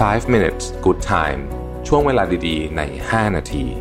5 minutes good time ช่วงเวลาดีๆใน5นาที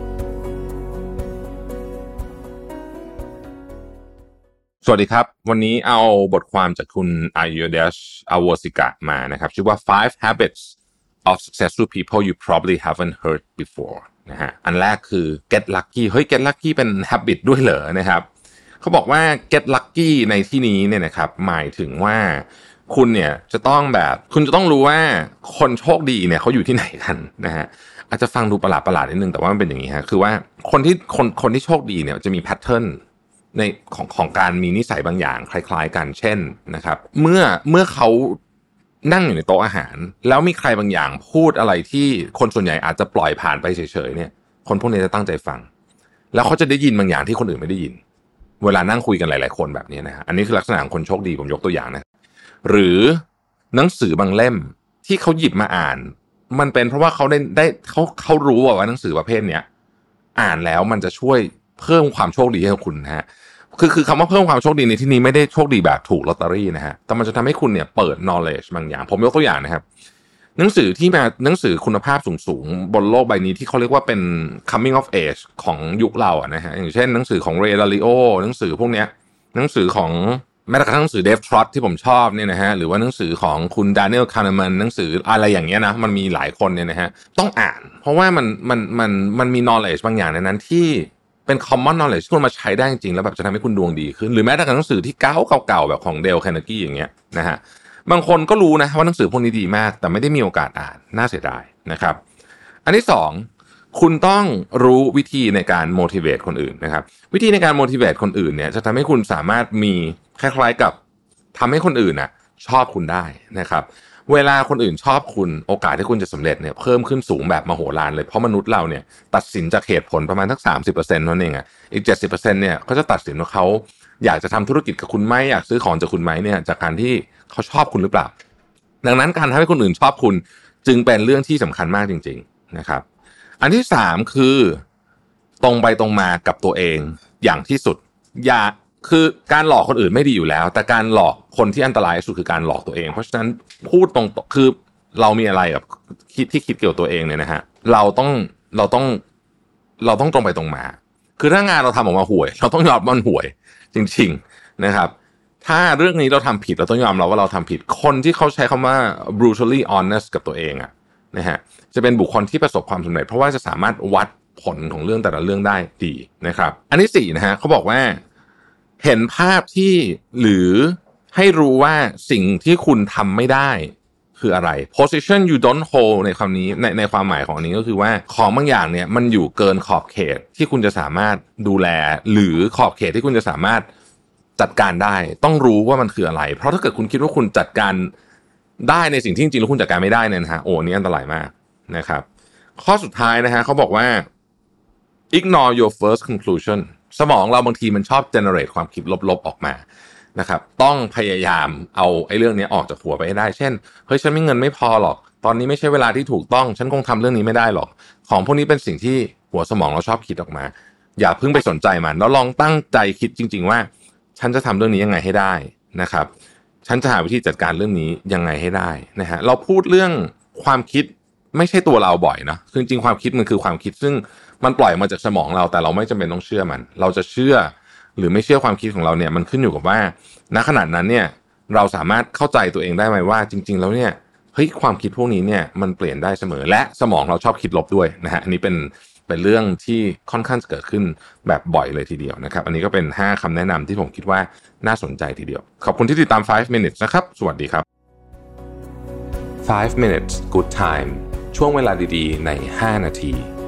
สวัสดีครับวันนี้เอาบทความจากคุณอายุเดชอาวสิกะมานะครับชื่อว่า 5 habits of successful people you probably haven't heard before นะฮะอันแรกคือ get lucky เฮ้ย get lucky เป็น habit ด้วยเหรอนะครับเขาบอกว่า get lucky ในที่นี้เนี่ยนะครับหมายถึงว่าคุณเนี่ยจะต้องคุณจะต้องรู้ว่าคนโชคดีเนี่ยเขาอยู่ที่ไหนกันนะฮะอาจจะฟังดูประหลาดนิดนึงแต่ว่ามันเป็นอย่างนี้ฮะคือว่าคนที่โชคดีเนี่ยจะมีแพทเทิร์นในของการมีนิสัยบางอย่างคล้ายๆกันเช่นนะครับเมื่อเขานั่งอยู่ในโต๊ะอาหารแล้วมีใครบางอย่างพูดอะไรที่คนส่วนใหญ่อาจจะปล่อยผ่านไปเฉยๆเนี่ยคนพวกนี้จะตั้งใจฟังแล้วเขาจะได้ยินบางอย่างที่คนอื่นไม่ได้ยินเวลานั่งคุยกันหลายๆคนแบบนี้นะฮะอันนี้คือลักษณะของคนโชคดีผมยกตัวอย่างนะหรือหนังสือบางเล่มที่เขาหยิบมาอ่านมันเป็นเพราะว่าเขารู้ว่าหนังสือประเภทเนี้ยอ่านแล้วมันจะช่วยเพิ่มความโชคดีให้คุณนะฮะคือคำว่าเพิ่มความโชคดีในที่นี้ไม่ได้โชคดีแบบถูกลอตเตอรี่นะฮะแต่มันจะทำให้คุณเนี่ยเปิด knowledge บางอย่างผมยกตัวอย่างนะครับหนังสือคุณภาพสูงๆบนโลกใบนี้ที่เขาเรียกว่าเป็น coming of age ของยุคเราอะนะฮะอย่างเช่นหนังสือของเรย์ ดาลิโอหนังสือพวกเนี้ยหนังสือของแม้แต่กระทั่งหนังสือเดฟทรอตที่ผมชอบเนี่ยนะฮะหรือว่าหนังสือของคุณดานิเอล คาร์เนแมนหนังสืออะไรอย่างเงี้ยนะมันมีหลายคนเนี่ยนะฮะต้องอ่านเพราะว่ามันมี knowledge บางอย่างในนั้นที่เป็น common knowledge ที่คุณมาใช้ได้จริงๆแล้วแบบจะทำให้คุณดวงดีขึ้นหรือแม้แต่กระทั่งหนังสือที่เก่าๆแบบของเดล คาร์เนกีอย่างเงี้ยนะฮะบางคนก็รู้นะว่าหนังสือพวกนี้ดีมากแต่ไม่ได้มีโอกาสอ่านน่าเสียดายนะครับอันที่สองคุณต้องรู้วิธีในการ motivate คนอื่นนะครับวิธีในการ motivate คนอื่นเนี่ยจะทำให้คุณสามารถมีคล้ายๆกับทำให้คนอื่นชอบคุณได้นะครับเวลาคนอื่นชอบคุณโอกาสที่คุณจะสำเร็จเนี่ยเพิ่มขึ้นสูงแบบมโหฬารเลยเพราะมนุษย์เราเนี่ยตัดสินจากเหตุผลประมาณทั้ง 30% นั่นเองอีก 70% เนี่ยเขาจะตัดสินว่าเขาอยากจะทำธุรกิจกับคุณไหมอยากซื้อของจากคุณไหมเนี่ยจากการที่เขาชอบคุณหรือเปล่าดังนั้นการทำให้คนอื่นชอบคุณจึงเป็นเรื่องที่สำคัญมากจริงๆนะครับอันที่3คือตรงไปตรงมากับตัวเองอย่างที่สุดคือการหลอกคนอื่นไม่ดีอยู่แล้วแต่การหลอกคนที่อันตรายที่สุดคือการหลอกตัวเองเพราะฉะนั้นพูดตรงคือเรามีอะไรกับคิดเกี่ยวกับตัวเองเนี่ยนะฮะเราต้องตรงไปตรงมาคือถ้างานเราทำออกมาห่วยเราต้องยอมมันห่วยจริงๆนะครับถ้าเรื่องนี้เราทำผิดเราต้องยอมรับว่าเราทำผิดคนที่เขาใช้คำว่า brutally honest กับตัวเองนะฮะจะเป็นบุคคลที่ประสบความสำเร็จเพราะว่าจะสามารถวัดผลของเรื่องแต่ละเรื่องได้ดีนะครับอันที่4นะฮะเขาบอกว่าเห็นภาพที่หรือให้รู้ว่าสิ่งที่คุณทำไม่ได้คืออะไร position you don't hold ในคำนี้ในความหมายของอันนี้ก็คือว่าของบางอย่างเนี่ยมันอยู่เกินขอบเขตที่คุณจะสามารถดูแลหรือขอบเขตที่คุณจะสามารถจัดการได้ต้องรู้ว่ามันคืออะไรเพราะถ้าเกิดคุณคิดว่าคุณจัดการได้ในสิ่งที่จริงๆแล้วคุณจัดการไม่ได้เนี่ยนะฮะนี่อันตรายมากนะครับข้อสุดท้ายนะฮะเขาบอกว่า ignore your first conclusion สมองเราบางทีมันชอบ generate ความคิดลบๆออกมานะครับต้องพยายามเอาเรื่องนี้ออกจากหัวไปให้ได้เช่นเฮ้ยฉันมีเงินไม่พอหรอกตอนนี้ไม่ใช่เวลาที่ถูกต้องฉันคงทำเรื่องนี้ไม่ได้หรอกของพวกนี้เป็นสิ่งที่หัวสมองเราชอบคิดออกมาอย่าเพิ่งไปสนใจมันแล้วลองตั้งใจคิดจริงๆว่าฉันจะทำเรื่องนี้ยังไงให้ได้นะครับฉันจะหาวิธีจัดการเรื่องนี้ยังไงให้ได้นะฮะเราพูดเรื่องความคิดไม่ใช่ตัวเราบ่อยนะคือจริงๆความคิดมันคือความคิดซึ่งมันปล่อยมาจากสมองเราแต่เราไม่จำเป็นต้องเชื่อมันเราจะเชื่อหรือไม่เชื่อความคิดของเราเนี่ยมันขึ้นอยู่กับว่าณขณะนั้นเนี่ยเราสามารถเข้าใจตัวเองได้ไหมว่าจริงๆแล้วเนี่ยเฮ้ยความคิดพวกนี้เนี่ยมันเปลี่ยนได้เสมอและสมองเราชอบคิดลบด้วยนะฮะอันนี้เป็นเรื่องที่ค่อนข้างจะเกิดขึ้นแบบบ่อยเลยทีเดียวนะครับอันนี้ก็เป็น5คำแนะนำที่ผมคิดว่าน่าสนใจทีเดียวขอบคุณที่ติดตาม5 minutes นะครับสวัสดีครับ5 minutes good time ช่วงเวลาดีๆใน5นาที